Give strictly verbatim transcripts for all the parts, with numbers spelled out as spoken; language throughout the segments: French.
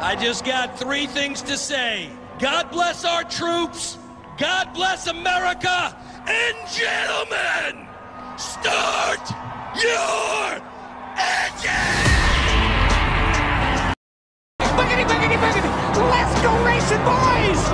I just got three things to say. God bless our troops, God bless America, and gentlemen, start your engine! Buggity, buggity, buggity! Let's go racing, boys!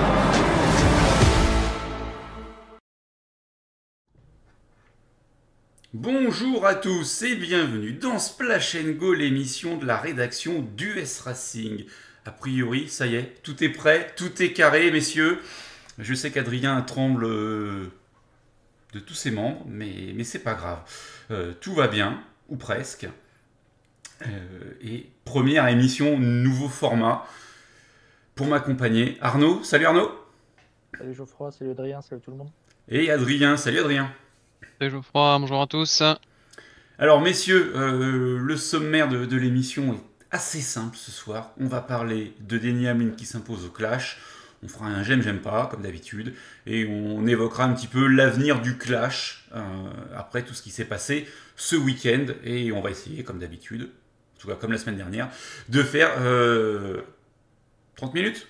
Bonjour à tous et bienvenue dans Splash and Go, l'émission de la rédaction d'U S Racing. A priori, ça y est, tout est prêt, tout est carré, messieurs. Je sais qu'Adrien tremble euh, de tous ses membres, mais, mais c'est pas grave. Euh, tout va bien, ou presque. Euh, et première émission, nouveau format. Pour m'accompagner, Arnaud. Salut Arnaud. Salut Geoffroy, salut Adrien, salut tout le monde. Et Adrien. Salut Adrien. Salut Geoffroy, bonjour à tous. Alors messieurs, euh, le sommaire de, de l'émission est assez simple ce soir. On va parler de Denny Hamlin qui s'impose au Clash. On fera un j'aime, j'aime pas, comme d'habitude. Et on évoquera un petit peu l'avenir du Clash, euh, après tout ce qui s'est passé ce week-end. Et on va essayer, comme d'habitude, en tout cas comme la semaine dernière, de faire euh, trente minutes.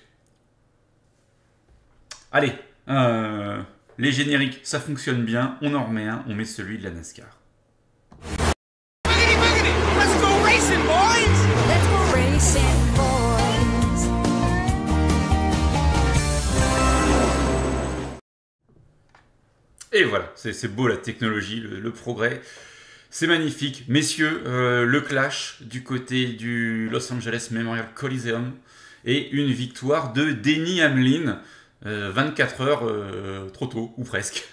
Allez, euh, les génériques, ça fonctionne bien. On en remet un, on met celui de la NASCAR. Let's go racing, boys! Let's go racing, boys. Et voilà, c'est c'est beau la technologie, le, le progrès. C'est magnifique. Messieurs, euh, le clash du côté du Los Angeles Memorial Coliseum et une victoire de Denny Hamlin. Euh, vingt-quatre heures euh, trop tôt, ou presque.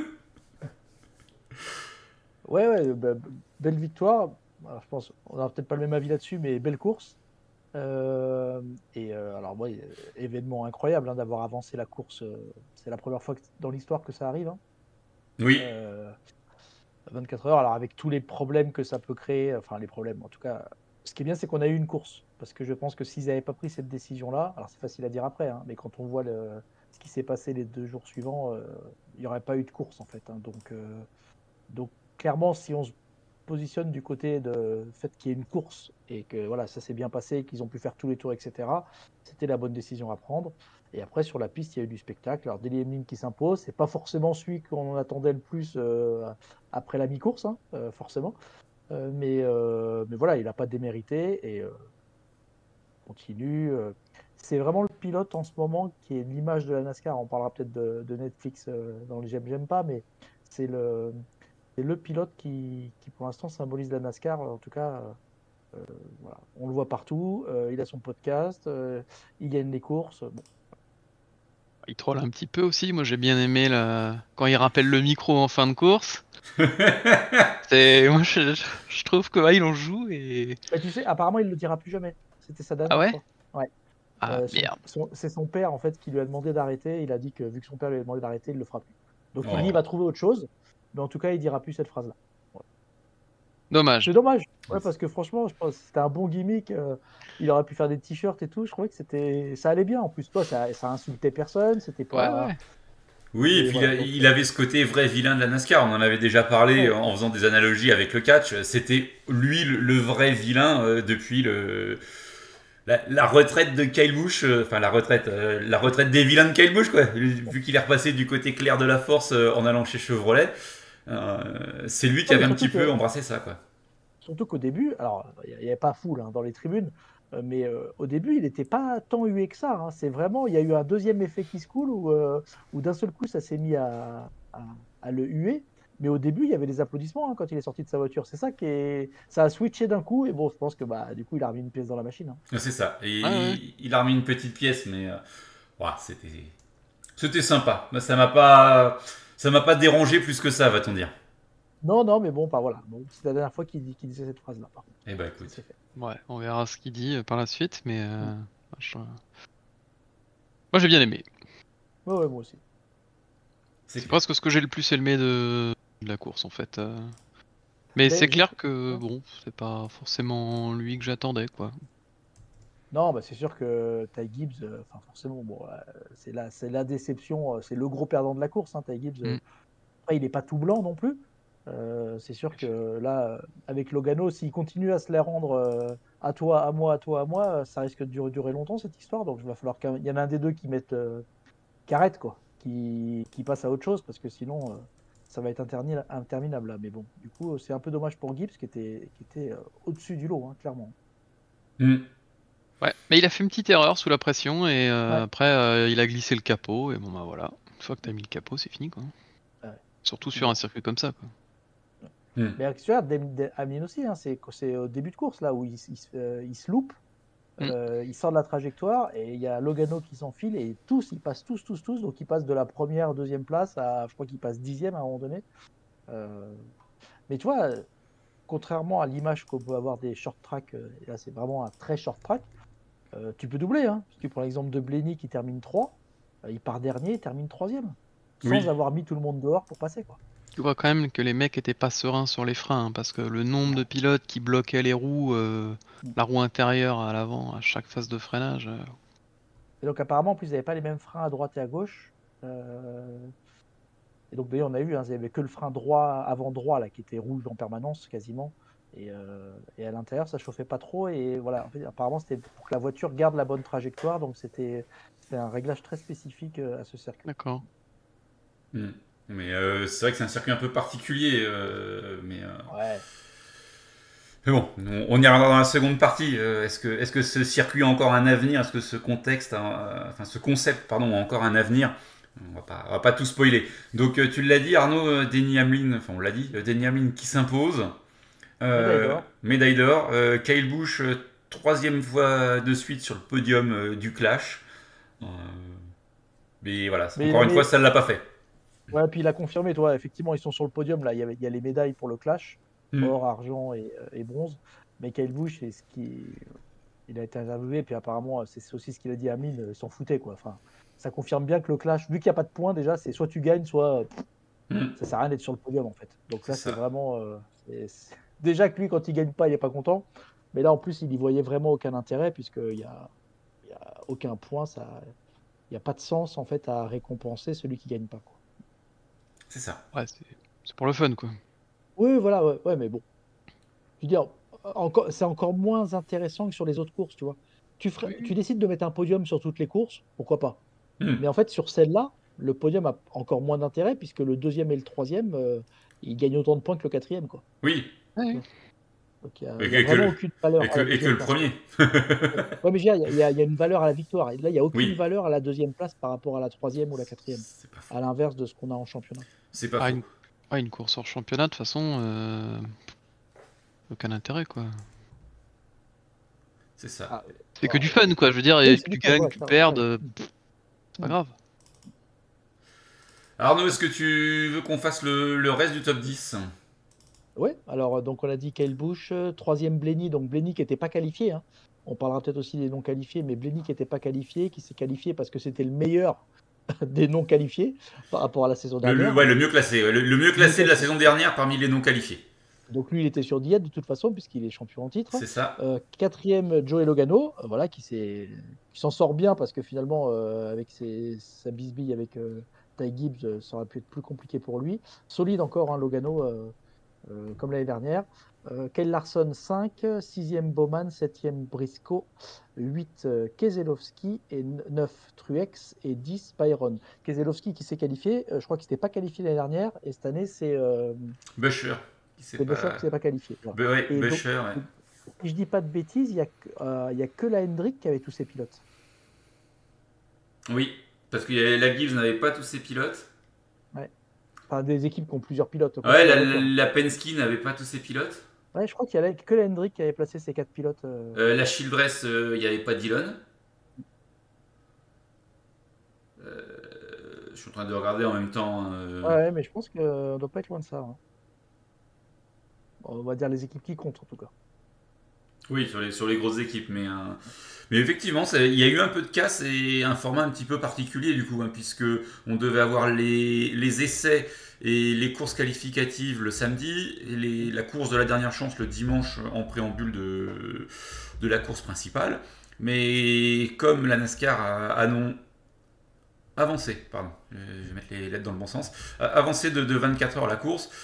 Ouais, ouais, bah, belle victoire. Alors, je pense on n'aura peut-être pas le même avis là-dessus, mais belle course. Euh, et euh, alors, ouais, événement incroyable hein, d'avoir avancé la course. Euh, c'est la première fois que, dans l'histoire que ça arrive. Hein. Oui. Euh, vingt-quatre heures, alors avec tous les problèmes que ça peut créer, enfin les problèmes en tout cas. Ce qui est bien, c'est qu'on a eu une course. Parce que je pense que s'ils n'avaient pas pris cette décision-là, alors c'est facile à dire après, hein, mais quand on voit le, ce qui s'est passé les deux jours suivants, euh, il n'y aurait pas eu de course en fait. Hein. Donc, euh, donc clairement, si on se positionne du côté de fait qu'il y ait une course et que voilà, ça s'est bien passé, qu'ils ont pu faire tous les tours, et cetera, c'était la bonne décision à prendre. Et après, sur la piste, il y a eu du spectacle. Alors, Denny Hamlin qui s'impose, c'est pas forcément celui qu'on attendait le plus euh, après la mi-course, hein, euh, forcément. Euh, mais, euh, mais voilà, il n'a pas démérité et euh, continue. Euh, c'est vraiment le pilote en ce moment qui est l'image de la NASCAR. On parlera peut-être de, de Netflix euh, dans les j'aime, j'aime pas, mais c'est le, c'est le pilote qui, qui pour l'instant symbolise la NASCAR. En tout cas, euh, voilà. On le voit partout. Euh, il a son podcast, euh, il gagne les courses. Bon. Il troll un petit peu aussi, moi j'ai bien aimé la... quand il rappelle le micro en fin de course. C'est... Moi je, je trouve que ouais, il en joue et... Bah, tu sais, apparemment il le dira plus jamais. C'était sa dernière Ah ouais fois. Ouais. Ah Euh, son- merde. son- c'est son père en fait qui lui a demandé d'arrêter. Il a dit que vu que son père lui a demandé d'arrêter, il le fera plus. Donc Oh. il dit il va trouver autre chose, mais en tout cas il dira plus cette phrase-là. Dommage. C'est dommage, ouais, parce que franchement, je pense que c'était un bon gimmick. euh, il aurait pu faire des t-shirts et tout. Je trouvais que c'était, ça allait bien. En plus, toi, ça, ça insultait personne. C'était Ouais, pas. ouais. Oui, et Et puis voilà, il, a- donc, il avait ce côté vrai vilain de la NASCAR. On en avait déjà parlé Ouais. en faisant des analogies avec le catch. C'était lui le, le vrai vilain euh, depuis le, la, la retraite de Kyle Busch. euh, Enfin, la retraite, euh, la retraite des vilains de Kyle Busch, quoi. Vu qu'il est repassé du côté clair de la force euh, en allant chez Chevrolet. Euh, c'est lui qui Ouais, mais avait un surtout petit peu que- embrassé ça, quoi. Surtout qu'au début, alors il n'y avait pas foule hein, dans les tribunes, euh, mais euh, au début, il n'était pas tant hué que ça. Hein. C'est vraiment, il y a eu un deuxième effet qui se coule où, euh, où d'un seul coup, ça s'est mis à, à, à le huer. Mais au début, il y avait des applaudissements hein, quand il est sorti de sa voiture. C'est ça qui est, ça a switché d'un coup. Et bon, je pense que bah du coup, il a remis une pièce dans la machine. Hein. C'est ça. Et Ouais, ouais. il, il a remis une petite pièce, mais euh, ouah, c'était, c'était sympa. Moi, ça m'a pas, ça m'a pas dérangé plus que ça, va-t-on dire. Non, non, mais bon, pas voilà. Bon, c'est la dernière fois qu'il dit- qu'il disait cette phrase-là. Par contre, Eh ben, ça écoute. c'est fait. Ouais, on verra ce qu'il dit euh, par la suite, mais... euh, je- Moi j'ai bien aimé. Ouais, ouais, moi aussi. C'est clair. presque ce que j'ai le plus aimé de, de la course en fait. euh. Mais Mais c'est je- clair que Ouais. bon, c'est pas forcément lui que j'attendais quoi. Non, bah c'est sûr que Ty Gibbs, euh, enfin forcément, bon, euh, c'est la, c'est la déception, euh, c'est le gros perdant de la course, hein, Ty Gibbs. euh. Mm. Après, il n'est pas tout blanc non plus. Euh, c'est sûr que là, euh, avec Logano, s'il continue à se les rendre euh, à toi, à moi, à toi, à moi, ça risque de durer, durer longtemps cette histoire. Donc il va falloir qu'il y en a un des deux qui mette, euh, qui arrête, quoi, qui, qui passe à autre chose, parce que sinon, euh, ça va être interni- interminable là. Mais bon, du coup, c'est un peu dommage pour Gibbs qui était, qui était euh, au-dessus du lot, hein, clairement. Hmm. Ouais, mais il a fait une petite erreur sous la pression et euh, Ouais. après euh, il a glissé le capot et bon bah voilà. Une fois que t'as mis le capot, c'est fini quoi. Ouais. Surtout sur un circuit comme ça quoi. Hmm. Mais tu vois, Dem- Dem- Hamlin aussi, hein, c'est c'est au début de course là où il, s- il, se- euh, il se loupe, Mm. euh, il sort de la trajectoire et il y a Logano qui s'enfile et tous, ils passent tous, tous, tous. Donc ils passent de la première, deuxième place à, je crois qu'ils passent dixième à un moment donné. Euh, mais tu vois, contrairement à l'image qu'on peut avoir des short track, euh, et là c'est vraiment un très short track, euh, tu peux doubler. Hein. Si tu prends l'exemple de Blenny qui termine trois, euh, il part dernier, il termine troisième, sans Oui. avoir mis tout le monde dehors pour passer, quoi. Tu vois quand même que les mecs étaient pas sereins sur les freins hein, parce que le nombre de pilotes qui bloquaient les roues, euh, la roue intérieure à l'avant à chaque phase de freinage. euh, Et donc apparemment, en plus, ils n'avaient pas les mêmes freins à droite et à gauche. Euh, Et donc d'ailleurs, on a eu, hein, il n'y avait que le frein droit, avant droit, là, qui était rouge en permanence, quasiment. Et, euh, et à l'intérieur, ça chauffait pas trop. Et voilà, en fait, apparemment, c'était pour que la voiture garde la bonne trajectoire. Donc c'était c'était un réglage très spécifique euh, à ce circuit. D'accord. Hmm. Mais euh, c'est vrai que c'est un circuit un peu particulier. euh, mais, euh, Ouais. mais bon, on, on y reviendra dans la seconde partie. Euh, est-ce que, est-ce que ce circuit a encore un avenir? Est-ce que ce contexte, a, euh, enfin ce concept, pardon, a encore un avenir? On va pas, on va pas tout spoiler. Donc euh, tu l'as dit, Arnaud, euh, Denny Hamlin, enfin on l'a dit, euh, Denny Hamlin qui s'impose. Médaille d'or. Médaille d'or. Euh, Kyle Busch, euh, troisième fois de suite sur le podium euh, du Clash. Euh, mais voilà, Mais encore il une avait- fois, ça ne l'a pas fait. Ouais, puis il a confirmé, toi, effectivement, ils sont sur le podium. Là, il y, avait, il y a les médailles pour le clash, Hmm. or, argent et, euh, et bronze. Mais Kyle Busch, c'est ce qui. Il a été interviewé, puis apparemment, c'est c'est aussi ce qu'il a dit à Hamlin, il s'en foutait, quoi. Enfin, ça confirme bien que le clash, vu qu'il n'y a pas de points, déjà, c'est soit tu gagnes, soit. pff, Hmm. ça sert à rien d'être sur le podium, en fait. Donc là, C'est c'est ça. vraiment. euh, c'est- c'est- Déjà que lui, quand il gagne pas, il est pas content. Mais là, en plus, il y voyait vraiment aucun intérêt, puisqu'il n'y a, il y a aucun point, ça. Il n'y a pas de sens, en fait, à récompenser celui qui gagne pas, quoi. C'est ça. Ouais, c'est c'est pour le fun quoi. Oui, voilà, ouais, ouais, mais bon. Je veux dire, encore, c'est encore moins intéressant que sur les autres courses, tu vois. Tu, ferais- tu décides de mettre un podium sur toutes les courses, pourquoi pas. Hmm. Mais en fait, sur celle-là, le podium a encore moins d'intérêt puisque le deuxième et le troisième, euh, ils gagnent autant de points que le quatrième, quoi. Oui. Ouais. Donc il n'y a, Et il y a que- vraiment que- aucune valeur Et à que, la et que deuxième le place. premier. Ouais, mais je veux dire, il y, a- il y a une valeur à la victoire. Et là, il n'y a aucune Oui. valeur à la deuxième place par rapport à la troisième ou la quatrième, C'est pas faux. à l'inverse de ce qu'on a en championnat. C'est pas Ah, faux. une... ouais, une course hors championnat de toute façon, euh, aucun intérêt quoi. C'est ça. Ah, C'est que du fun quoi. Je veux dire, Oui, et c'est que du tu fun, gagnes, ouais, que tu ça, perdes, ouais. euh, pff, c'est pas grave. Arnaud, est-ce que tu veux qu'on fasse le, le reste du top dix? Ouais, alors euh, donc on a dit Kyle Busch, euh, troisième Blenny, donc Blenny qui n'était pas qualifié, hein. On parlera peut-être aussi des non qualifiés, mais Blenny qui n'était pas qualifié, qui s'est qualifié parce que c'était le meilleur des non qualifiés par rapport à la saison Le, le- dernière. ouais, le mieux classé. ouais, Le, le mieux classé de la classé. saison dernière parmi les non qualifiés. Donc lui, il était sur diète de toute façon puisqu'il est champion en titre. C'est ça. Euh, quatrième, Joey Logano, euh, voilà, qui s'est- qui s'en sort bien parce que finalement, euh, avec ses- sa bisbille avec euh, Ty Gibbs, euh, ça aurait pu être plus compliqué pour lui. Solide encore, hein, Logano, euh, euh, comme l'année dernière. Euh, Kyle Larson, cinq, sixième Bowman, septième Briscoe, huit euh, Keselowski, et neuf Truex, et dix Byron. Keselowski qui s'est qualifié, euh, je crois qu'il s'était pas qualifié l'année dernière, et cette année, c'est euh, Busher. qui s'est c'est pas- Buescher qui s'est pas qualifié. Voilà. Bu- ouais, Et donc, Busher, ouais. si je dis pas de bêtises, il y a, que- euh, il y a que la Hendrick qui avait tous ses pilotes. Oui, parce que y avait- la Gibbs n'avait pas tous ses pilotes. Enfin, des équipes qui ont plusieurs pilotes. quoi. Ouais, la, Plusieurs voitures. la Penske n'avait pas tous ses pilotes. Ouais, je crois qu'il y avait que la Hendrick qui avait placé ses quatre pilotes. euh. Euh, la Childress, il n'y avait pas Dillon. Euh, je suis en train de regarder en même temps. euh, Ouais, mais je pense qu'on doit pas être loin de ça. hein. Bon, on va dire les équipes qui comptent en tout cas. Oui, sur les, sur les grosses équipes. Mais, euh, mais effectivement, ça- il y a eu un peu de casse et un format un petit peu particulier du coup, hein, puisque on devait avoir les, les essais et les courses qualificatives le samedi, et les- la course de la dernière chance le dimanche en préambule de, de la course principale. Mais comme la NASCAR a, a non avancé, pardon, je vais mettre les lettres dans le bon sens, a avancé de, de vingt-quatre heures la course.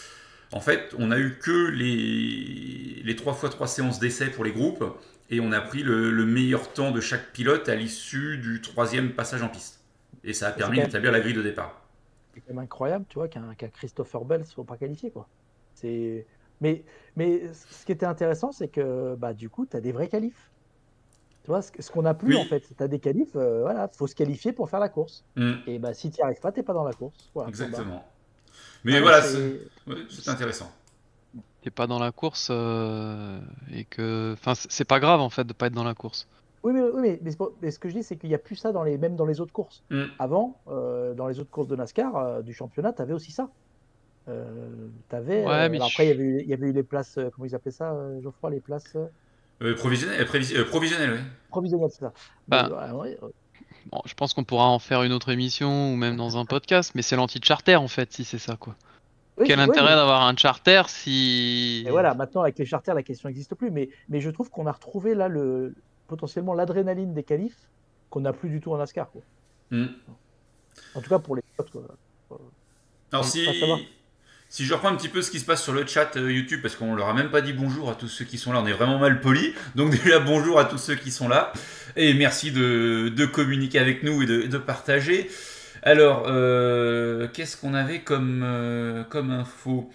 En fait, on a eu que les, les trois fois trois séances d'essai pour les groupes, et on a pris le, le meilleur temps de chaque pilote à l'issue du troisième passage en piste. Et ça a C'est permis quand même, d'établir la grille de départ. c'est quand même incroyable, tu vois, qu'un qu'un Christopher Bell soit pas qualifié, quoi. C'est... Mais, mais ce qui était intéressant, c'est que bah, du coup, tu as des vrais qualifs. Tu vois, ce, ce qu'on n'a plus, Oui. en fait, tu as des qualifs, euh, voilà, faut se qualifier pour faire la course. Mm, Et bah, si tu n'y arrives pas, tu n'es pas dans la course. Voilà, point barre. exactement. Mais Ouais, voilà, c'est... c'est ouais, c'est intéressant. T'es pas dans la course euh, et que. Enfin, c'est c'est pas grave en fait de pas être dans la course. Oui, mais, oui, mais, mais c'est pas- mais ce que je dis, c'est qu'il n'y a plus ça dans les, même dans les autres courses. Mm. Avant, euh, dans les autres courses de NASCAR, euh, du championnat, tu avais aussi ça. Euh, t'avais, Ouais, euh, mais alors après, il y je- avait eu, il y avait eu les places, euh, comment ils appelaient ça, euh, Geoffroy, les places euh, Euh, provisionnel, euh, prévis- euh, provisionnel, oui. provisionnelles, c'est ça. Mais, bah, ouais, ouais, euh, bon, je pense qu'on pourra en faire une autre émission ou même dans un podcast, mais c'est l'anti-charter en fait, si c'est ça quoi. oui, Quel c'est- ouais, intérêt mais, d'avoir un charter mais si. voilà, maintenant, avec les charters, la question n'existe plus. Mais, mais je trouve qu'on a retrouvé là le, potentiellement l'adrénaline des qualifs qu'on n'a plus du tout en NASCAR, quoi. Mm. En tout cas, pour les autres, quoi. Alors Pas savoir. si, si je reprends un petit peu ce qui se passe sur le chat euh, YouTube, parce qu'on leur a même pas dit bonjour à tous ceux qui sont là, on est vraiment mal polis, donc déjà bonjour à tous ceux qui sont là, et merci de, de communiquer avec nous et de, et de partager. Alors, euh, qu'est-ce qu'on avait comme, euh, comme info?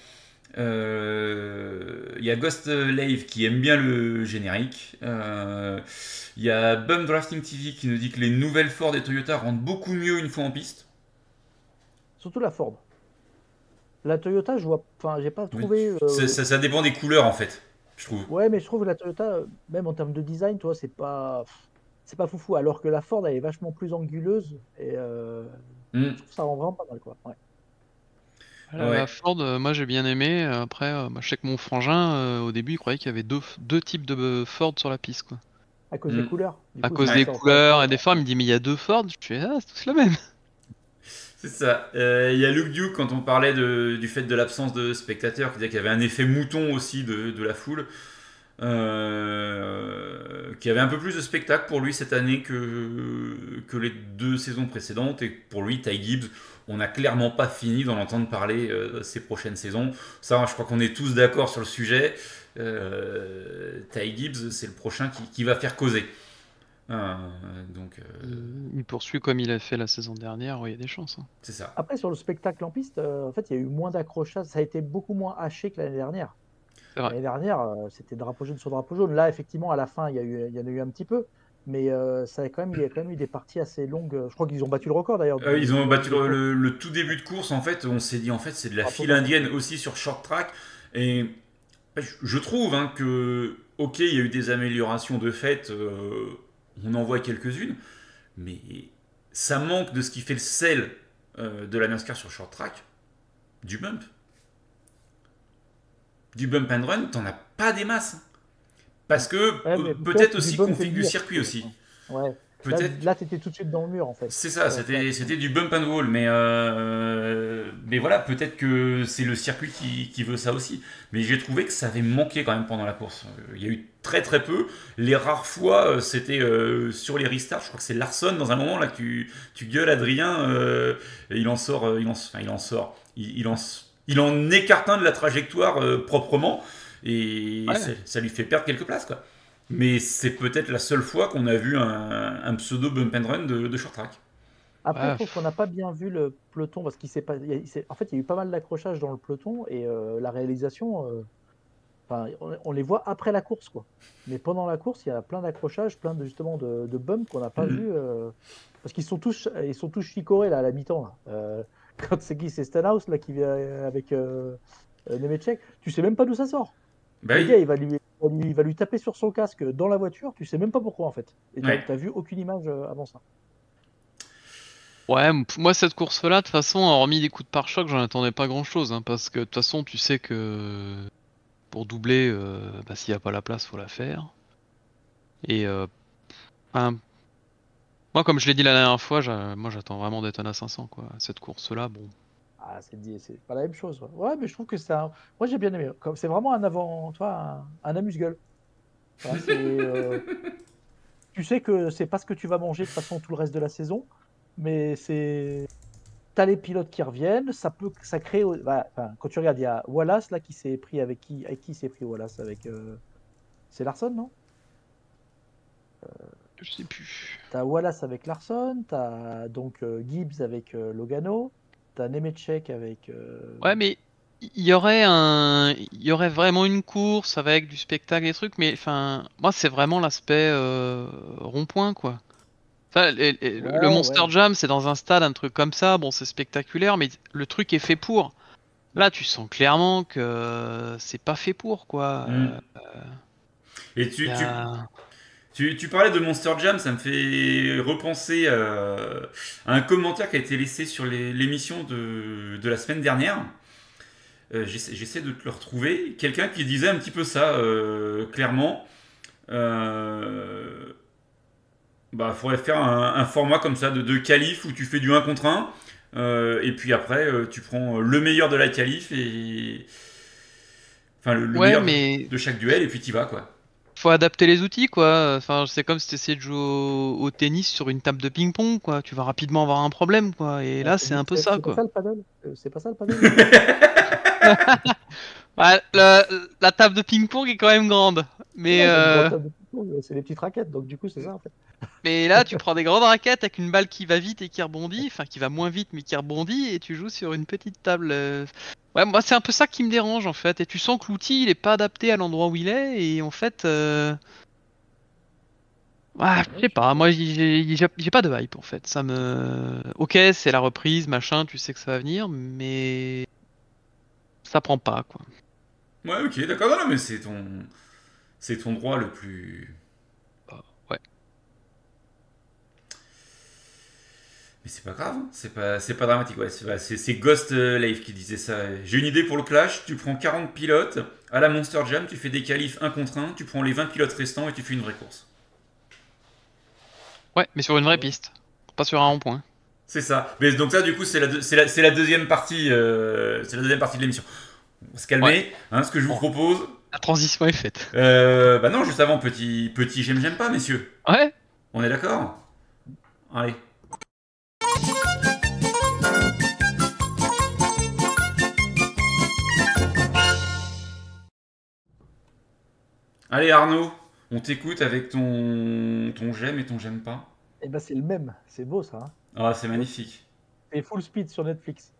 Euh, Il y a Ghost Lave qui aime bien le générique. Euh, Il y a Bum Drafting T V qui nous dit que les nouvelles Ford et Toyota rendent beaucoup mieux une fois en piste. Surtout la Ford. La Toyota, je vois, enfin, j'ai pas Oui. trouvé. euh, Ça, ça- ça dépend des couleurs en fait, je trouve. Ouais, mais je trouve que la Toyota, euh, même en termes de design, toi, c'est pas, c'est pas foufou. Alors que la Ford, elle est vachement plus anguleuse et euh, Hmm. je trouve que ça rend vraiment pas mal, quoi. Ouais. La, Ouais. la Ford, euh, moi j'ai bien aimé. Après, euh, bah, je sais que mon frangin, euh, au début, il croyait qu'il y avait deux, deux types de euh, Ford sur la piste quoi. À cause Mm. des couleurs. Du À coup, cause ça- des ça- ça- couleurs et des formes, il me dit mais il y a deux Ford. Je fais ah, c'est tous la même. C'est ça. Euh, Il y a Luke Duke, quand on parlait de- du fait de l'absence de spectateurs, qui disait qu'il y avait un effet mouton aussi de, de la foule, euh, qui avait un peu plus de spectacle pour lui cette année que, que les deux saisons précédentes. Et pour lui, Ty Gibbs, on n'a clairement pas fini d'en entendre parler euh, ces prochaines saisons. Ça, je crois qu'on est tous d'accord sur le sujet. Euh, Ty Gibbs, c'est le prochain qui, qui va faire causer. Euh, donc, euh, Il, il poursuit comme il a fait la saison dernière, ouais, il y a des chances. hein. c'est ça. Après, sur le spectacle en piste, euh, en fait, il y a eu moins d'accrochages. Ça a été beaucoup moins haché que l'année dernière. C'est vrai. L'année dernière, euh, c'était drapeau jaune sur drapeau jaune. Là, effectivement, à la fin, il y, a eu, il y en a eu un petit peu. Mais euh, ça a quand même, il y a quand même eu des parties assez longues. Je crois qu'ils ont battu le record d'ailleurs. Euh, du- ils ont du- battu du- le, le- le tout début de course, en fait, on s'est dit, en fait, c'est de la Ah, file pour- indienne aussi sur short track. Et je, je trouve hein, que, ok, il y a eu des améliorations de fait, euh, on en voit quelques-unes, mais ça manque de ce qui fait le sel euh, de la NASCAR sur short track, du bump. Du bump and run, t'en as pas des masses. hein. Parce que Ouais, mais euh, du peut-être bump, aussi du bump config et du mur, circuit je aussi. trouve. Ouais. Là, Peut-être. là tu étais tout de suite dans le mur en fait. C'est ça, Ouais, c'était ouais. c'était du bump and wall, mais, euh, mais voilà, peut-être que c'est le circuit qui, qui veut ça aussi. Mais j'ai trouvé que ça avait manqué quand même pendant la course. Euh, Il y a eu très très peu. Les rares fois, euh, c'était euh, sur les restarts. Je crois que c'est Larson dans un moment là que tu, tu gueules Adrien. Euh, et il en sort, euh, il en, enfin, il en sort, il, il en, il en écarte un de la trajectoire euh, proprement, et Ouais. c'est- ça lui fait perdre quelques places quoi. Mais c'est peut-être la seule fois qu'on a vu un, un pseudo bump and run de, de short track. Après, Ouais, je trouve qu'on n'a pas bien vu le peloton parce qu'il s'est pas. il y a- il s'est- En fait, il y a eu pas mal d'accrochages dans le peloton et euh, la réalisation. euh, Enfin, on, on les voit après la course, quoi. Mais pendant la course, il y a plein d'accrochages, plein de justement de, de bumps qu'on n'a pas Mhm. vu euh, parce qu'ils sont tous, ils sont tous chicorés là à la mi-temps. Là. Euh, quand c'est qui, c'est Stenhouse là qui vient avec euh, euh, Nemechek, tu sais même pas d'où ça sort. Bah Le oui. gars, il va lui, il va lui- il va lui taper sur son casque dans la voiture, tu sais même pas pourquoi en fait. Et t'as Ouais. t'as vu aucune image euh, avant ça. Ouais, m- moi cette course-là, de toute façon, hormis des coups de pare-choc, j'en attendais pas grand-chose, hein, parce que de toute façon, tu sais que pour doubler, euh, bah, s'il n'y a pas la place, faut la faire. Et euh, enfin, moi, comme je l'ai dit la dernière fois, j'a- moi j'attends vraiment d'être à cinq cents, quoi. Cette course-là, bon. Ah, c'est dit- c'est pas la même chose. Ouais, Ouais, mais je trouve que c'est un... Moi, j'ai bien aimé. Comme c'est vraiment un avant, tu vois, un, un amuse-gueule. Voilà, c'est, euh, tu sais que c'est pas ce que tu vas manger de toute façon tout le reste de la saison, mais c'est t'as les pilotes qui reviennent, ça peut, ça crée. Bah, enfin, quand tu regardes, il y a Wallace là qui s'est pris avec qui, avec qui s'est pris Wallace avec. euh, C'est Larson, non? Je sais plus. T'as Wallace avec Larson, t'as donc euh, Gibbs avec euh, Logano, t'as Nemechek avec. euh, Ouais, mais il y aurait un, il y aurait vraiment une course avec du spectacle et des trucs, mais enfin, moi c'est vraiment l'aspect euh, rond-point quoi. Enfin, les- les- le- le Ouais, Monster ouais. Jam, c'est dans un stade, un truc comme ça, bon, c'est spectaculaire, mais le truc est fait pour. Là, tu sens clairement que c'est pas fait pour quoi. Mm. Euh, Et y tu, tu, a- tu, tu parlais de Monster Jam, ça me fait repenser euh, à un commentaire qui a été laissé sur les- l'émission de, de la semaine dernière. Euh, J'essaie j'essaie de te le retrouver. Quelqu'un qui disait un petit peu ça, euh, clairement. Euh, Bah, faudrait faire un, un format comme ça de, de qualif où tu fais du un contre un. Euh, et puis après, euh, tu prends le meilleur de la qualif et. Enfin, le, le Ouais, meilleur mais de chaque duel, et puis t'y vas, quoi. faut adapter les outils quoi. Enfin, c'est comme si tu essayais de jouer au, au tennis sur une table de ping-pong quoi. Tu vas rapidement avoir un problème quoi. Et Ouais, là, c'est c'est du- un peu c'est- ça c'est pas quoi. ça le paddle? Euh, C'est pas ça le paddle? Ouais, la, la table de ping-pong est quand même grande, mais Ouais, c'est une grande euh, table de ping-pong, c'est des petites raquettes, donc du coup c'est ça en fait. mais là, tu prends des grandes raquettes avec une balle qui va vite et qui rebondit, enfin qui va moins vite mais qui rebondit, et tu joues sur une petite table. euh. Ouais, moi c'est un peu ça qui me dérange en fait. Et tu sens que l'outil il est pas adapté à l'endroit où il est, et en fait, euh... ouais, je sais pas. Moi j'ai j'ai- j'ai pas de hype en fait. Ça me, ok, c'est la reprise, machin, tu sais que ça va venir, mais ça prend pas quoi. Ouais, ok, d'accord. Non, non, mais c'est ton. C'est ton droit le plus. Bah, ouais. Mais c'est pas grave, hein. c'est pas, c'est pas dramatique. Ouais, c'est c'est- c'est Ghost euh, Life qui disait ça. J'ai une idée pour le clash. Tu prends quarante pilotes à la Monster Jam, tu fais des qualifs un contre un, tu prends les vingt pilotes restants et tu fais une vraie course. Ouais, mais sur une vraie piste, pas sur un rond-point. C'est ça. Mais donc ça, du coup, c'est la, deux- c'est la, c'est la deuxième partie. euh, c'est la deuxième partie de l'émission. On va se calmer. Ouais. Hein, ce que je vous Bon. propose. La transition est faite. Euh, bah non, juste avant, petit, petit j'aime, j'aime pas, messieurs. Ouais. On est d'accord? Allez. Allez Arnaud, on t'écoute avec ton, ton j'aime et ton j'aime pas. Et ben c'est le même, c'est beau ça. Hein. Ah, c'est magnifique. C'est Full Speed sur Netflix.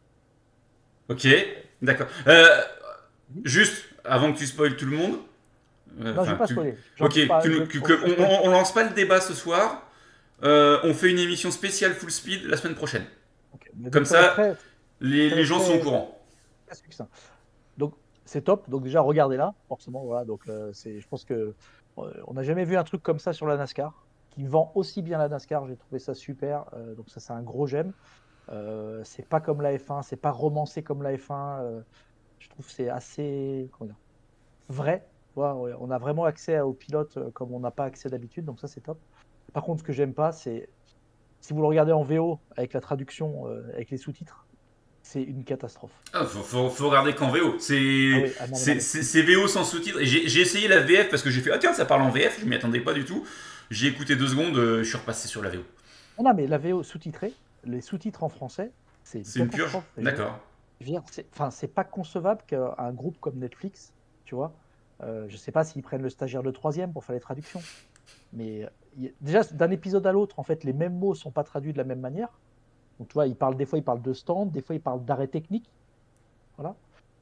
Ok, d'accord. Euh, juste, avant que tu spoiles tout le monde. euh, Non, je enfin, vais pas tu- spoiler. J'en Ok, dis pas, tu- je- que- on- que- on- on, on lance pas le débat ce soir. Euh, on fait une émission spéciale full speed la semaine prochaine. ok. Mais Comme donc, ça va ça, être très- Les, ça va les être gens très- sont au courant. très succinct. Donc c'est top. Donc déjà regardez-la, forcément. Voilà. Donc euh, c'est, je pense que euh, on n'a jamais vu un truc comme ça sur la NASCAR, qui vend aussi bien la NASCAR. J'ai trouvé ça super. Euh, donc ça c'est un gros j'aime. Euh, c'est pas comme la F un, c'est pas romancé comme la F un. euh, je trouve que c'est assez comment dire, vrai. Voilà, ouais, on a vraiment accès aux pilotes euh, comme on n'a pas accès d'habitude. Donc ça c'est top. Par contre, ce que j'aime pas, c'est si vous le regardez en V O avec la traduction, euh, avec les sous-titres, c'est une catastrophe. Ah, faut, faut, faut regarder qu'en V O. C'est Ah oui, ah non, c'est- non, c'est- c'est V O sans sous-titres. Et j'ai j'ai essayé la V F parce que j'ai fait ah tiens ça parle en V F. Je m'y attendais pas du tout. J'ai écouté deux secondes. euh, je suis repassé sur la V O. non, non, mais la V O sous-titrée, les sous-titres en français, c'est une C'est une purge. catastrophe. Je- D'accord. je veux dire, c'est- Enfin, c'est pas concevable qu'un groupe comme Netflix, tu vois, euh, je sais pas s'ils prennent le stagiaire de troisième pour faire les traductions, mais euh, y a- déjà d'un épisode à l'autre, en fait, les mêmes mots sont pas traduits de la même manière. Donc, tu vois, ils parlent des fois, ils parlent de stand, des fois, ils parlent d'arrêt technique. Voilà.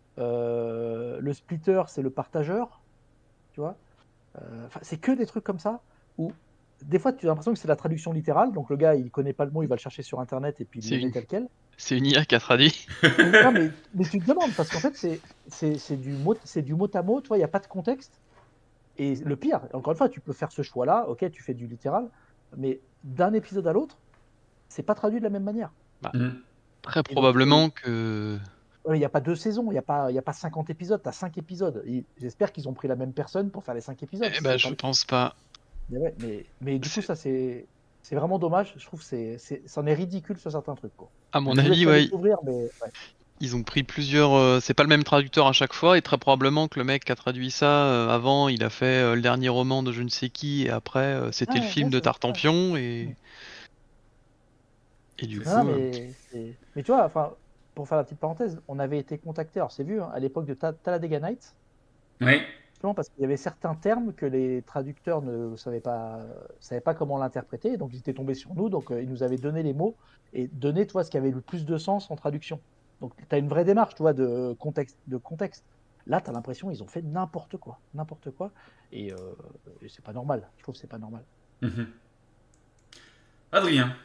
Euh, le splitter, c'est le partageur, tu vois. Euh, enfin, c'est que des trucs comme ça où des fois tu as l'impression que c'est la traduction littérale, donc le gars il connaît pas le mot, il va le chercher sur internet et puis il C'est le met une- tel quel. C'est une I A qui a traduit. Mais, non, mais, mais tu te demandes parce qu'en fait c'est, c'est, c'est du mot c'est du mot à mot, tu vois, il n'y a pas de contexte. Et le pire, encore une fois, tu peux faire ce choix-là, ok, tu fais du littéral, mais d'un épisode à l'autre, c'est pas traduit de la même manière. Mhm. Très probablement que. Il n'y a pas deux saisons, il n'y a pas, il y a pas cinquante épisodes, tu as cinq épisodes. Et j'espère qu'ils ont pris la même personne pour faire les cinq épisodes. Eh si ben, c'est je pas le- pense pas. Mais, ouais, mais, mais du coup, ça c'est, c'est vraiment dommage. Je trouve que c'est, c'est, c'en est ridicule sur certains trucs. Quoi. À mon Je vous avis, laisserai ouais. découvrir, mais ouais. Ils ont pris plusieurs. euh, c'est pas le même traducteur à chaque fois, et très probablement que le mec qui a traduit ça euh, avant, il a fait euh, le dernier roman de je ne sais qui, et après, euh, c'était Ah, le film ouais, de c'est vrai. Tartampion, et. Et du C'est coup, Non, non, euh, mais, c'est- mais tu vois, enfin, pour faire la petite parenthèse, on avait été contacté, alors c'est vu, hein, à l'époque de Ta- Talladega Nights, Oui. justement parce qu'il y avait certains termes que les traducteurs ne savaient pas, savaient pas comment l'interpréter, donc ils étaient tombés sur nous, donc euh, ils nous avaient donné les mots et donné, tu vois, ce qui avait le plus de sens en traduction. Donc tu as une vraie démarche, tu vois, de contexte. De contexte. Là, tu as l'impression qu'ils ont fait n'importe quoi, n'importe quoi, et, euh, et c'est pas normal. Je trouve que c'est pas normal. Mhm. Adrien.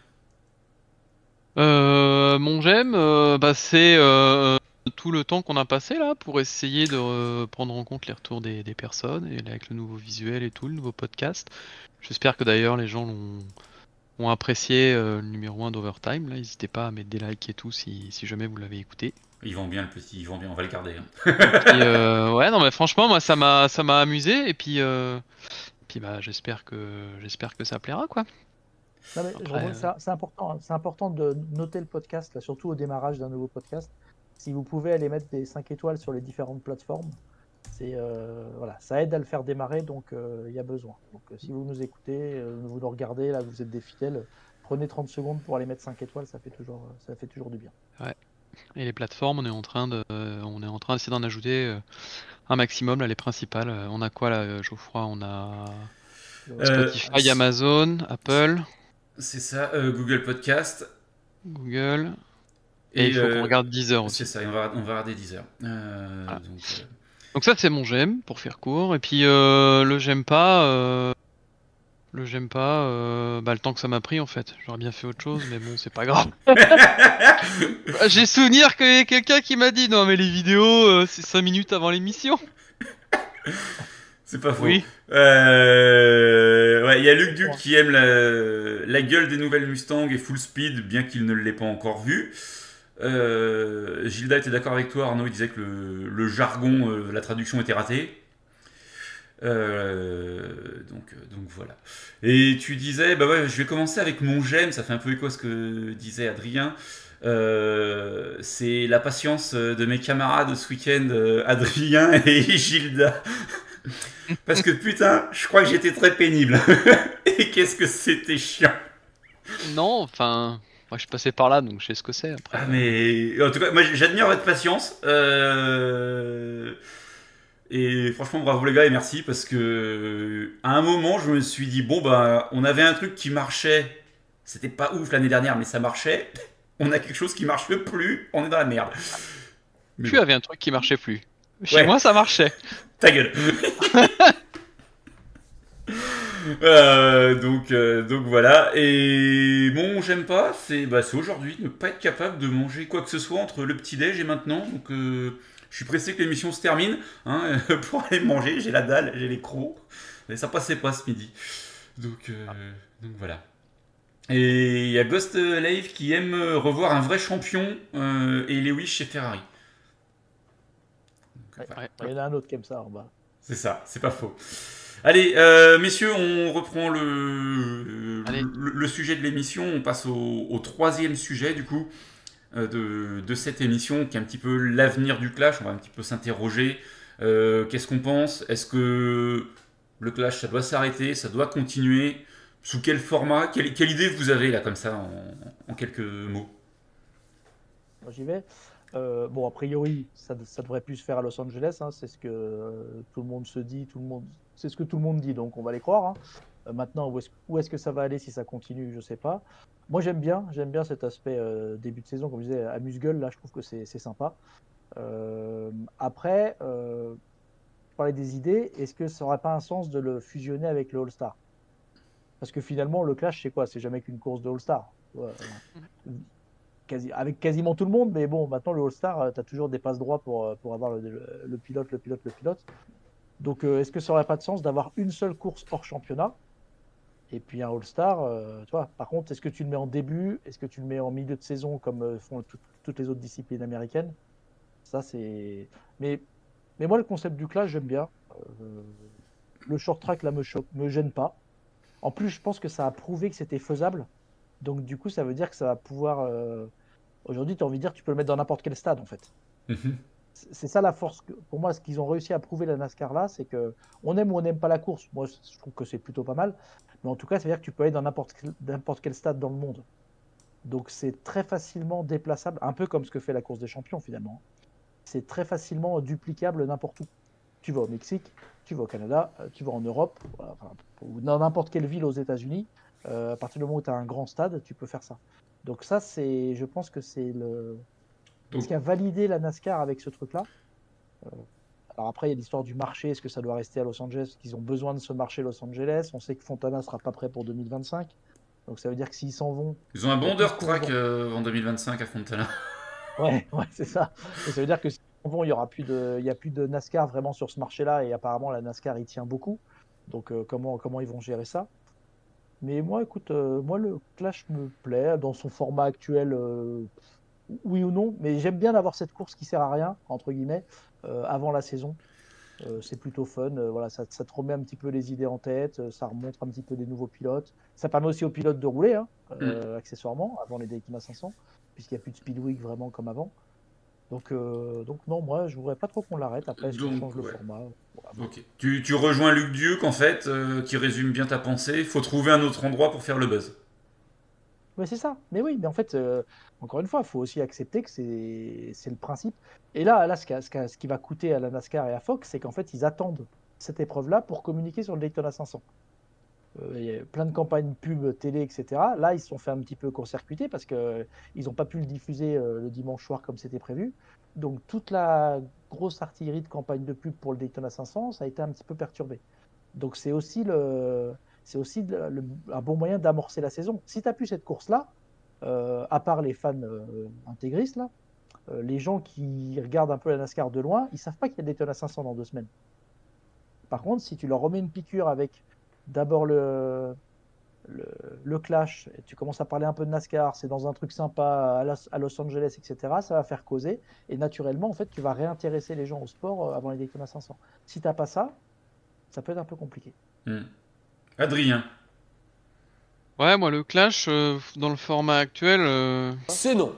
Euh, mon j'aime, euh, bah, c'est euh, tout le temps qu'on a passé là pour essayer de euh, prendre en compte les retours des, des personnes et avec le nouveau visuel et tout, le nouveau podcast. J'espère que d'ailleurs les gens l'ont ont apprécié euh, le numéro un d'Overtime. Là, n'hésitez pas à mettre des likes et tout si, si jamais vous l'avez écouté. Ils vont bien le petit, ils vont bien, on va le garder. hein. Puis, euh, ouais, non, mais franchement, moi, ça m'a ça m'a amusé et puis euh, puis bah j'espère que j'espère que ça plaira quoi. Non, mais je Après, rebondis, euh, c'est c'est important, hein, c'est important de noter le podcast, là, surtout au démarrage d'un nouveau podcast. Si vous pouvez aller mettre des cinq étoiles sur les différentes plateformes, c'est euh, voilà, ça aide à le faire démarrer, donc euh, il y a besoin. Donc euh, si vous nous écoutez, euh, vous nous regardez, là, vous êtes des fidèles, prenez trente secondes pour aller mettre cinq étoiles, ça fait toujours, ça fait toujours du bien. et les plateformes, on est en train de euh, on est en train d'essayer d'en ajouter euh, un maximum là, les principales. Euh, On a quoi là, euh, Geoffroy? On a Euh, Spotify, Amazon, Apple, C'est ça, euh, Google Podcast. Google. Et Et il faut qu'on euh, regarde Deezer aussi. c'est ça, on va, on va regarder dix heures. Euh, Voilà. donc, euh, Donc ça c'est mon j'aime pour faire court. Et puis euh, le j'aime pas, euh, le j'aime pas, euh, bah le temps que ça m'a pris en fait. J'aurais bien fait autre chose, mais bon c'est pas grave. Bah, j'ai souvenir qu'il y a quelqu'un qui m'a dit non mais les vidéos euh, c'est cinq minutes avant l'émission. c'est pas faux. Oui. Euh, ouais, il y a Luc Duc qui aime la, la gueule des nouvelles Mustang et Full Speed, bien qu'il ne l'ait pas encore vu. Euh, Gilda était d'accord avec toi, Arnaud, il disait que le, le jargon, euh, la traduction était ratée. Euh, donc, euh, donc voilà. Et tu disais, bah ouais, je vais commencer avec mon j'aime, ça fait un peu écho à ce que disait Adrien. Euh, c'est la patience de mes camarades ce week-end, euh, Adrien et Gilda. Parce que putain, je crois que j'étais très pénible. Et qu'est-ce que c'était chiant. Non, enfin, moi je suis passé par là donc je sais ce que c'est après. Ah mais en tout cas, moi j'admire votre patience. Euh... Et franchement, bravo les gars et merci parce que à un moment, je me suis dit bon bah, on avait un truc qui marchait. C'était pas ouf l'année dernière, mais ça marchait. On a quelque chose qui marche plus. On est dans la merde. Mais Tu bon. avais un truc qui marchait plus. Chez Ouais. moi ça marchait. Ta gueule. Euh, donc, euh, donc voilà. Et bon, j'aime pas, c'est bah, c'est aujourd'hui ne pas être capable de manger quoi que ce soit entre le petit-déj et maintenant. Donc, euh, je suis pressé que l'émission se termine hein, pour aller manger. J'ai la dalle, j'ai les crocs. Et ça passait pas ce midi. Donc, euh, donc voilà. Et il y a Ghost Live qui aime revoir un vrai champion euh, et Lewis chez Ferrari. Donc, Ouais. voilà. Ouais. Il y en a un autre qui aime ça en bas. C'est ça, c'est pas faux. Allez, euh, messieurs, on reprend le, Allez. le, le sujet de l'émission. On passe au, au troisième sujet, du coup, euh, de, de cette émission, qui est un petit peu l'avenir du Clash. On va un petit peu s'interroger. Euh, Qu'est-ce qu'on pense? Est-ce que le Clash, ça doit s'arrêter? Ça doit continuer? Sous quel format? quelle, quelle idée vous avez, là, comme ça, en, en quelques mots? Moi, j'y vais. Euh, bon, a priori, ça, ça devrait plus se faire à Los Angeles. Hein, c'est ce que euh, tout le monde se dit, tout le monde, c'est ce que tout le monde dit, donc on va les croire. Hein. Euh, maintenant, où est-ce, où est-ce que ça va aller si ça continue, je sais pas. Moi, j'aime bien, j'aime bien cet aspect euh, début de saison, comme je disais, amuse-gueule. Là, je trouve que c'est, c'est sympa. Euh, après, euh, je parlais des idées. Est-ce que ça n'aurait pas un sens de le fusionner avec le All-Star? Parce que finalement, le Clash, c'est quoi? C'est jamais qu'une course de All-Star. Ouais, euh, quasi, avec quasiment tout le monde, mais bon, maintenant le All-Star, tu as toujours des passes droits pour, pour avoir le, le, le pilote, le pilote, le pilote. Donc, euh, est-ce que ça n'aurait pas de sens d'avoir une seule course hors championnat et puis un All-Star euh, tu vois. Par contre, est-ce que tu le mets en début? Est-ce que tu le mets en milieu de saison comme euh, font tout, toutes les autres disciplines américaines? Ça, c'est. Mais, mais moi, le concept du Clash, j'aime bien. Euh, le short track, là, me, choque, me gêne pas. En plus, je pense que ça a prouvé que c'était faisable. Donc, du coup, ça veut dire que ça va pouvoir. Euh... Aujourd'hui, tu as envie de dire que tu peux le mettre dans n'importe quel stade, en fait. Mhm. C'est ça la force. Que... Pour moi, ce qu'ils ont réussi à prouver la NASCAR là, c'est que on aime ou on n'aime pas la course. Moi, je trouve que c'est plutôt pas mal. Mais en tout cas, ça veut dire que tu peux aller dans n'importe quel... n'importe quel stade dans le monde. Donc c'est très facilement déplaçable, un peu comme ce que fait la course des champions finalement. C'est très facilement duplicable n'importe où. Tu vas au Mexique, tu vas au Canada, euh, tu vas en Europe, enfin, ou dans n'importe quelle ville aux États-Unis. Euh, à partir du moment où tu as un grand stade, tu peux faire ça. Donc ça, c'est, je pense que c'est le... Donc, ce qui a validé la NASCAR avec ce truc-là. Euh, alors après, il y a l'histoire du marché. Est-ce que ça doit rester à Los Angeles? Parce qu'ils ont besoin de ce marché Los Angeles. On sait que Fontana ne sera pas prêt pour deux mille vingt-cinq. Donc ça veut dire que s'ils s'en vont... ils ont un il y a bon plus de dirt courses track dans- euh, en deux mille vingt-cinq à Fontana. Ouais, ouais, c'est ça. Et ça veut dire que s'ils s'en vont, il y aura plus de, il y a plus de NASCAR vraiment sur ce marché-là. Et apparemment, la NASCAR y tient beaucoup. Donc euh, comment, comment ils vont gérer ça? Mais moi, écoute, euh, moi, le Clash me plaît dans son format actuel, euh, oui ou non. Mais j'aime bien d'avoir cette course qui sert à rien, entre guillemets, euh, avant la saison. Euh, c'est plutôt fun. Euh, voilà, ça, ça te remet un petit peu les idées en tête. euh, Ça remontre un petit peu des nouveaux pilotes. Ça permet aussi aux pilotes de rouler, hein, euh, accessoirement, avant les Daytona cinq cents, puisqu'il n'y a plus de Speedweek vraiment comme avant. Donc, euh, donc non, moi, je voudrais pas trop qu'on l'arrête. Après, est-ce qu'on Donc, change le ouais. format? Bon, à voir. Ok. Tu, tu rejoins Luc Duke, en fait, euh, qui résume bien ta pensée. Il faut trouver un autre endroit pour faire le buzz. Mais c'est ça. Mais oui, mais en fait, euh, encore une fois, il faut aussi accepter que c'est c'est le principe. Et là, là ce, qu'a- ce qu'a- ce qui va coûter à la NASCAR et à Fox, c'est qu'en fait, ils attendent cette épreuve-là pour communiquer sur le Daytona cinq cents. Euh, il y a plein de campagnes pub, télé, et cetera. Là, ils se sont fait un petit peu court-circuiter parce qu'ils n'ont pas pu le diffuser euh, le dimanche soir comme c'était prévu. Donc, toute la grosse artillerie de campagne de pub pour le Daytona cinq cents, ça a été un petit peu perturbé. Donc, c'est aussi, le, c'est aussi le- le- un bon moyen d'amorcer la saison. Si tu n'as plus cette course-là, euh, à part les fans euh, intégristes, là, euh, les gens qui regardent un peu la NASCAR de loin, ils savent pas qu'il y a Daytona cinq cents dans deux semaines. Par contre, si tu leur remets une piqûre avec d'abord le, le, le Clash, et tu commences à parler un peu de NASCAR, c'est dans un truc sympa à Los, à Los Angeles, et cetera, ça va faire causer. Et naturellement, en fait, tu vas réintéresser les gens au sport euh, avant les Daytona cinq cents. Si tu n'as pas ça, ça peut être un peu compliqué. Hmm. Adrien. Ouais, moi le Clash, euh, dans le format actuel, euh, C'est non.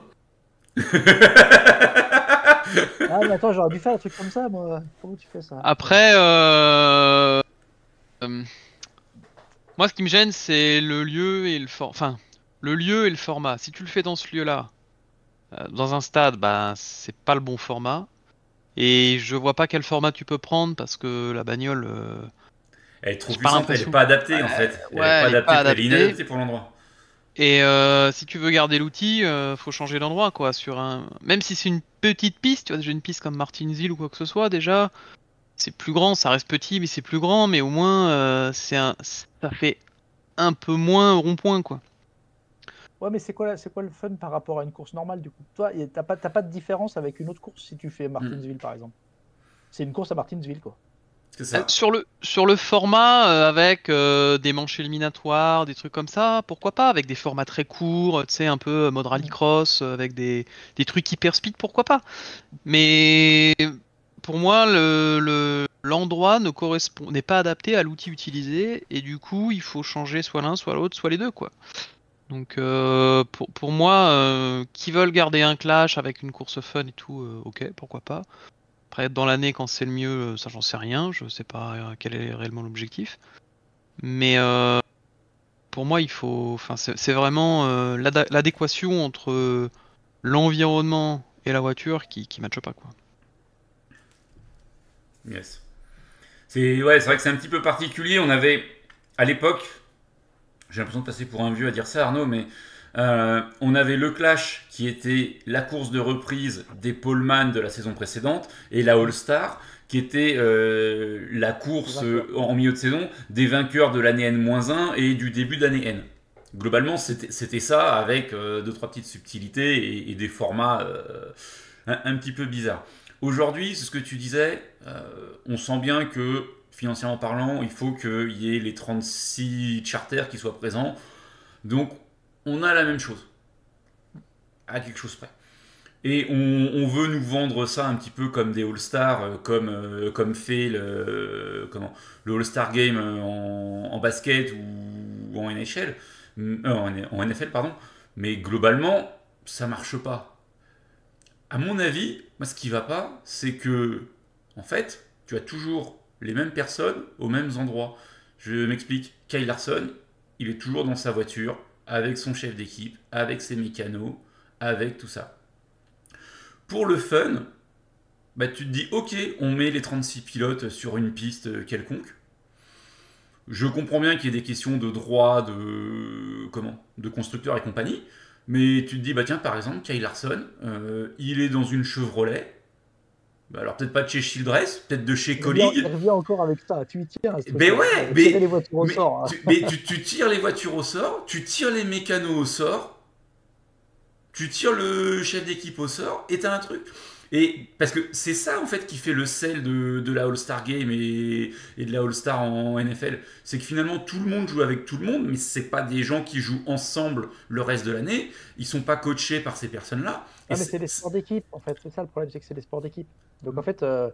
Ah, mais attends, j'aurais dû faire un truc comme ça, moi. Comment tu fais ça? après, euh, euh, moi ce qui me gêne c'est le lieu et le for... enfin, le lieu et le format. Si tu le fais dans ce lieu-là, euh, dans un stade, bah c'est pas le bon format. Et je vois pas quel format tu peux prendre parce que la bagnole, euh, Elle est trop J'ai pas puissante, elle l'impression- est pas adaptée, en Ouais, fait. Elle ouais, est pas elle est adaptée, pas elle est adaptée. inadaptée pour l'endroit. Et euh, si tu veux garder l'outil, euh, faut changer d'endroit, quoi. Sur un, même si c'est une petite piste, tu vois, déjà une piste comme Martinsville ou quoi que ce soit, déjà, c'est plus grand, ça reste petit, mais c'est plus grand, mais au moins, euh, c'est un, ça fait un peu moins rond-point, quoi. Ouais, mais c'est quoi, la- c'est quoi le fun par rapport à une course normale, du coup? Toi, y a- t'as pas, t'as pas de différence avec une autre course si tu fais Martinsville, par exemple. C'est une course à Martinsville, quoi. C'est Euh, ça. sur le sur le format euh, avec euh, des manches éliminatoires, des trucs comme ça, pourquoi pas avec des formats très courts, tu sais un peu euh, mode rallycross euh, avec des des trucs hyper speed, pourquoi pas. Mais pour moi le le- l'endroit ne correspond n'est pas adapté à l'outil utilisé et du coup il faut changer soit l'un soit l'autre soit les deux quoi. Donc euh, pour pour moi euh, qui veulent garder un clash avec une course fun et tout, euh, ok pourquoi pas. Après, dans l'année, quand c'est le mieux, euh, ça j'en sais rien, je sais pas euh, quel est réellement l'objectif. Mais euh, pour moi, il faut, enfin, c'est c'est vraiment euh, l'ada- l'adéquation entre euh, l'environnement et la voiture qui qui matche pas quoi. Yes. C'est ouais, c'est vrai que c'est un petit peu particulier. On avait, à l'époque, j'ai l'impression de passer pour un vieux à dire ça, Arnaud, mais euh, on avait le Clash qui était la course de reprise des poleman de la saison précédente et la All-Star qui était euh, la course Les euh, en milieu de saison des vainqueurs de l'année N moins un et du début d'année N. Globalement, c'était c'était ça avec euh, deux, trois petites subtilités et, et des formats euh, un, un petit peu bizarres. Aujourd'hui, c'est ce que tu disais, euh, on sent bien que financièrement parlant, il faut qu'il y ait les trente-six charters qui soient présents. Donc, on a la même chose, à quelque chose près. Et on, on veut nous vendre ça un petit peu comme des All-Stars, euh, comme, euh, comme fait le, comment, le All-Star Game en, en basket ou en N H L, euh, en, en N F L, pardon. Mais globalement, ça marche pas. À mon avis, moi, ce qui va pas, c'est que, en fait, tu as toujours les mêmes personnes aux mêmes endroits. Je m'explique. Kyle Larson, il est toujours dans sa voiture avec son chef d'équipe, avec ses mécanos, avec tout ça. Pour le fun, bah, tu te dis, ok, on met les trente-six pilotes sur une piste quelconque. Je comprends bien qu'il y ait des questions de droit, de comment, de constructeurs et compagnie, mais tu te dis, bah tiens, par exemple, Kyle Larson, euh, il est dans une Chevrolet, bah, alors peut-être pas de chez Childress, peut-être de chez Il revient, il Colleague. revient encore avec ça, tu y tiens. ce Mais truc-là. ouais, Euh, mais, tirer les voitures au mais, sort. hein. tu, mais tu, tu tires les voitures au sort, tu tires les mécanos au sort, tu tires le chef d'équipe au sort, et t'as un truc. Et parce que c'est ça en fait qui fait le sel de, de la All-Star Game et, et de la All-Star en N F L. C'est que finalement tout le monde joue avec tout le monde, mais c'est pas des gens qui jouent ensemble le reste de l'année. Ils sont pas coachés par ces personnes-là. Ah, Et mais c'est- c'est des sports d'équipe, en fait. C'est ça le problème, c'est que c'est des sports d'équipe. Donc en fait, euh,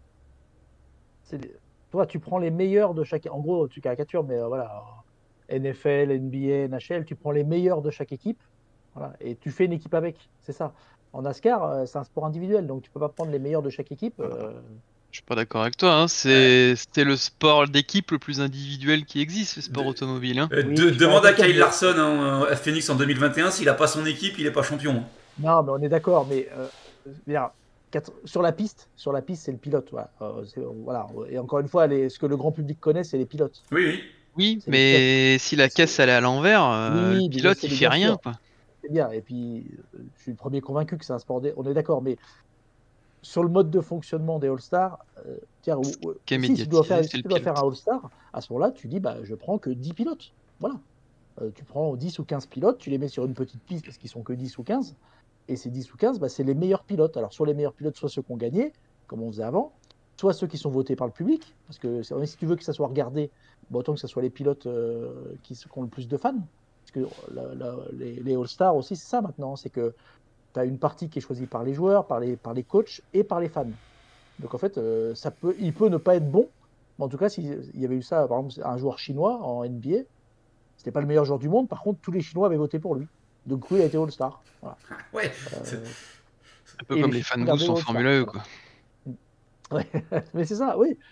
c'est des- toi, tu prends les meilleurs de chaque. En gros, tu caricatures, mais euh, voilà, N F L, N B A, N H L, tu prends les meilleurs de chaque équipe, voilà, et tu fais une équipe avec. C'est ça. En NASCAR, euh, c'est un sport individuel, donc tu peux pas prendre les meilleurs de chaque équipe. euh, Je suis pas d'accord avec toi, hein. C'est c'était le sport d'équipe le plus individuel qui existe, le sport De- automobile. Hein. Euh, Oui, de- je suis demande à d'accord, Kyle mais- Larson hein, à Phoenix en deux mille vingt et un, s'il a pas son équipe, il est pas champion. hein. Non, mais on est d'accord, mais euh, bien, quatre- sur la piste, sur la piste, c'est le pilote. Voilà. Euh, c'est- voilà. Et encore une fois, les- ce que le grand public connaît, c'est les pilotes. Oui, oui. Oui, C'est mais si la caisse elle est à l'envers, euh, Oui, le mais pilote je sais, il mais fait bien rien, sûr. quoi. C'est bien. Et puis, euh, je suis le premier convaincu que c'est un sport. dé- On est d'accord, mais sur le mode de fonctionnement des All-Stars, euh, tiens, ou- ou- qui est si, si tu dois faire, médiatisé, si c'est tu le dois faire pilote. un All-Star, à ce moment-là, tu dis, bah, je prends que dix pilotes. Voilà. Euh, tu prends dix ou quinze pilotes, tu les mets sur une petite piste parce qu'ils sont que dix ou quinze. Et ces dix ou quinze, bah, c'est les meilleurs pilotes. Alors, sur les meilleurs pilotes, soit ceux qui ont gagné, comme on faisait avant, soit ceux qui sont votés par le public. Parce que c'est- si tu veux que ça soit regardé, bah, autant que ce soit les pilotes euh, qui, qui ont le plus de fans. Parce que la- la- les, les All-Stars aussi, c'est ça maintenant. C'est que tu as une partie qui est choisie par les joueurs, par les, par les coachs et par les fans. Donc en fait, euh, ça peut, il peut ne pas être bon. Mais en tout cas, s'il y avait eu ça, par exemple, un joueur chinois en N B A, c'était pas le meilleur joueur du monde. Par contre, tous les Chinois avaient voté pour lui. Donc du coup, il a été All-Star. Voilà. Ouais. Euh, c'est- Un peu et comme les les Chinois fan gardaient boosts en All-Star. Formule E, Voilà. quoi. Ouais. Mais c'est ça, oui.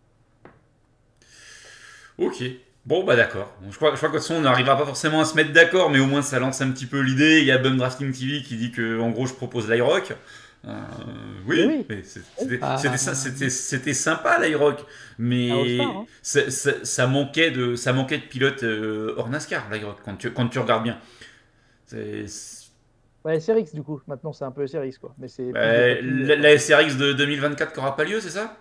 Ok. Bon, bah d'accord. Bon, je crois, je crois que de toute façon, on n'arrivera pas forcément à se mettre d'accord, mais au moins ça lance un petit peu l'idée. Il y a Bum Drafting T V qui dit que, en gros, je propose l'Irock. Euh, oui, Mais oui. mais c'est- c'était Ah. c'était ça- c'était- c'était sympa l'Irock, mais Un All-Star, hein. ça, ça- ça manquait de ça manquait de pilotes euh, hors NASCAR l'Irock quand tu quand tu regardes bien. C'est c'est- Ouais, S R X du coup. Maintenant, c'est un peu S R X quoi. Mais c'est. bah, plus de- la, la S R X de deux mille vingt-quatre qui aura pas lieu, c'est ça?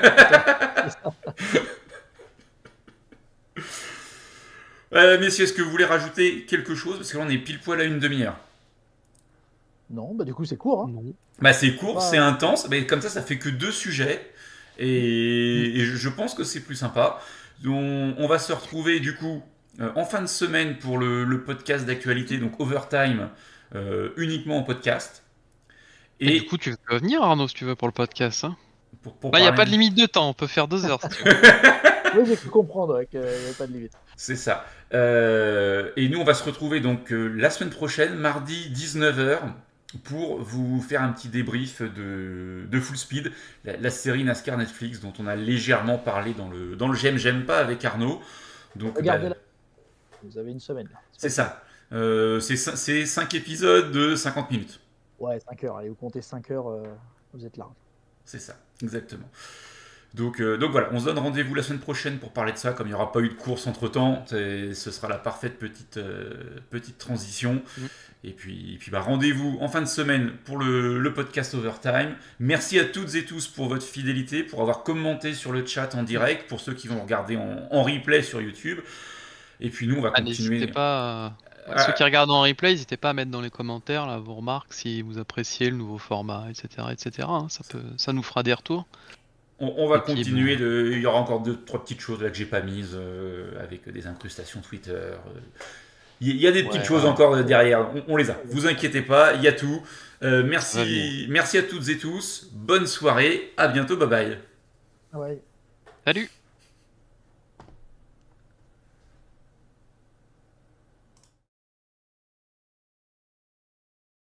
Euh, messieurs, est-ce que vous voulez rajouter quelque chose? Parce que là, on est pile poil à une demi-heure. Non, bah du coup, c'est court. Hein. Non. Bah, c'est court, Ouais. c'est intense, mais comme ça, ça fait que deux sujets. Et, et je je pense que c'est plus sympa. On, on va se retrouver, du coup, euh, en fin de semaine pour le, le podcast d'actualité, donc Overtime, euh, uniquement en podcast. Et, Et du coup, tu peux venir, Arnaud, si tu veux, pour le podcast. Hein. pour, pour Là, il n'y a parler- pas de limite de temps, on peut faire deux heures si tu veux. Oui, j'ai pu comprendre ouais, qu'il n'y avait pas de limite. C'est ça. Euh, et nous, on va se retrouver donc euh, la semaine prochaine, mardi dix-neuf heures, pour vous faire un petit débrief de, de Full Speed, la, la série NASCAR Netflix dont on a légèrement parlé dans le, dans le J'aime, J'aime pas avec Arnaud. Donc, Regardez-la. bah, Vous avez une semaine. Là. c'est ça. Euh, c'est cin- c'est cinq épisodes de cinquante minutes. Ouais, cinq heures. Allez, vous comptez cinq heures, euh, vous êtes large. C'est ça, exactement. Donc, euh, donc voilà, on se donne rendez-vous la semaine prochaine pour parler de ça. Comme il n'y aura pas eu de course entre temps, ce sera la parfaite petite, euh, petite transition. Mm. Et puis, et puis bah, rendez-vous en fin de semaine pour le, le podcast Overtime. Merci à toutes et tous pour votre fidélité, pour avoir commenté sur le chat en direct, pour ceux qui vont regarder en, en replay sur YouTube. Et puis nous, on va Ah, continuer. n'hésitez pas. à- Ah. Ceux qui regardent en replay, n'hésitez pas à mettre dans les commentaires là, vos remarques si vous appréciez le nouveau format, et cetera, et cetera. hein. Ça peut, ça nous fera des retours. On, on va Et puis, continuer. bon. de- Il y aura encore deux, trois petites choses là que j'ai pas mises euh, avec des incrustations Twitter. euh. Il y a des petites Ouais, choses ouais. encore euh, derrière. On, on les a. Vous inquiétez pas, il y a tout. Euh, Ça va merci, venir. merci à toutes et tous. Bonne soirée. À bientôt. Bye bye. Ah ouais. Salut!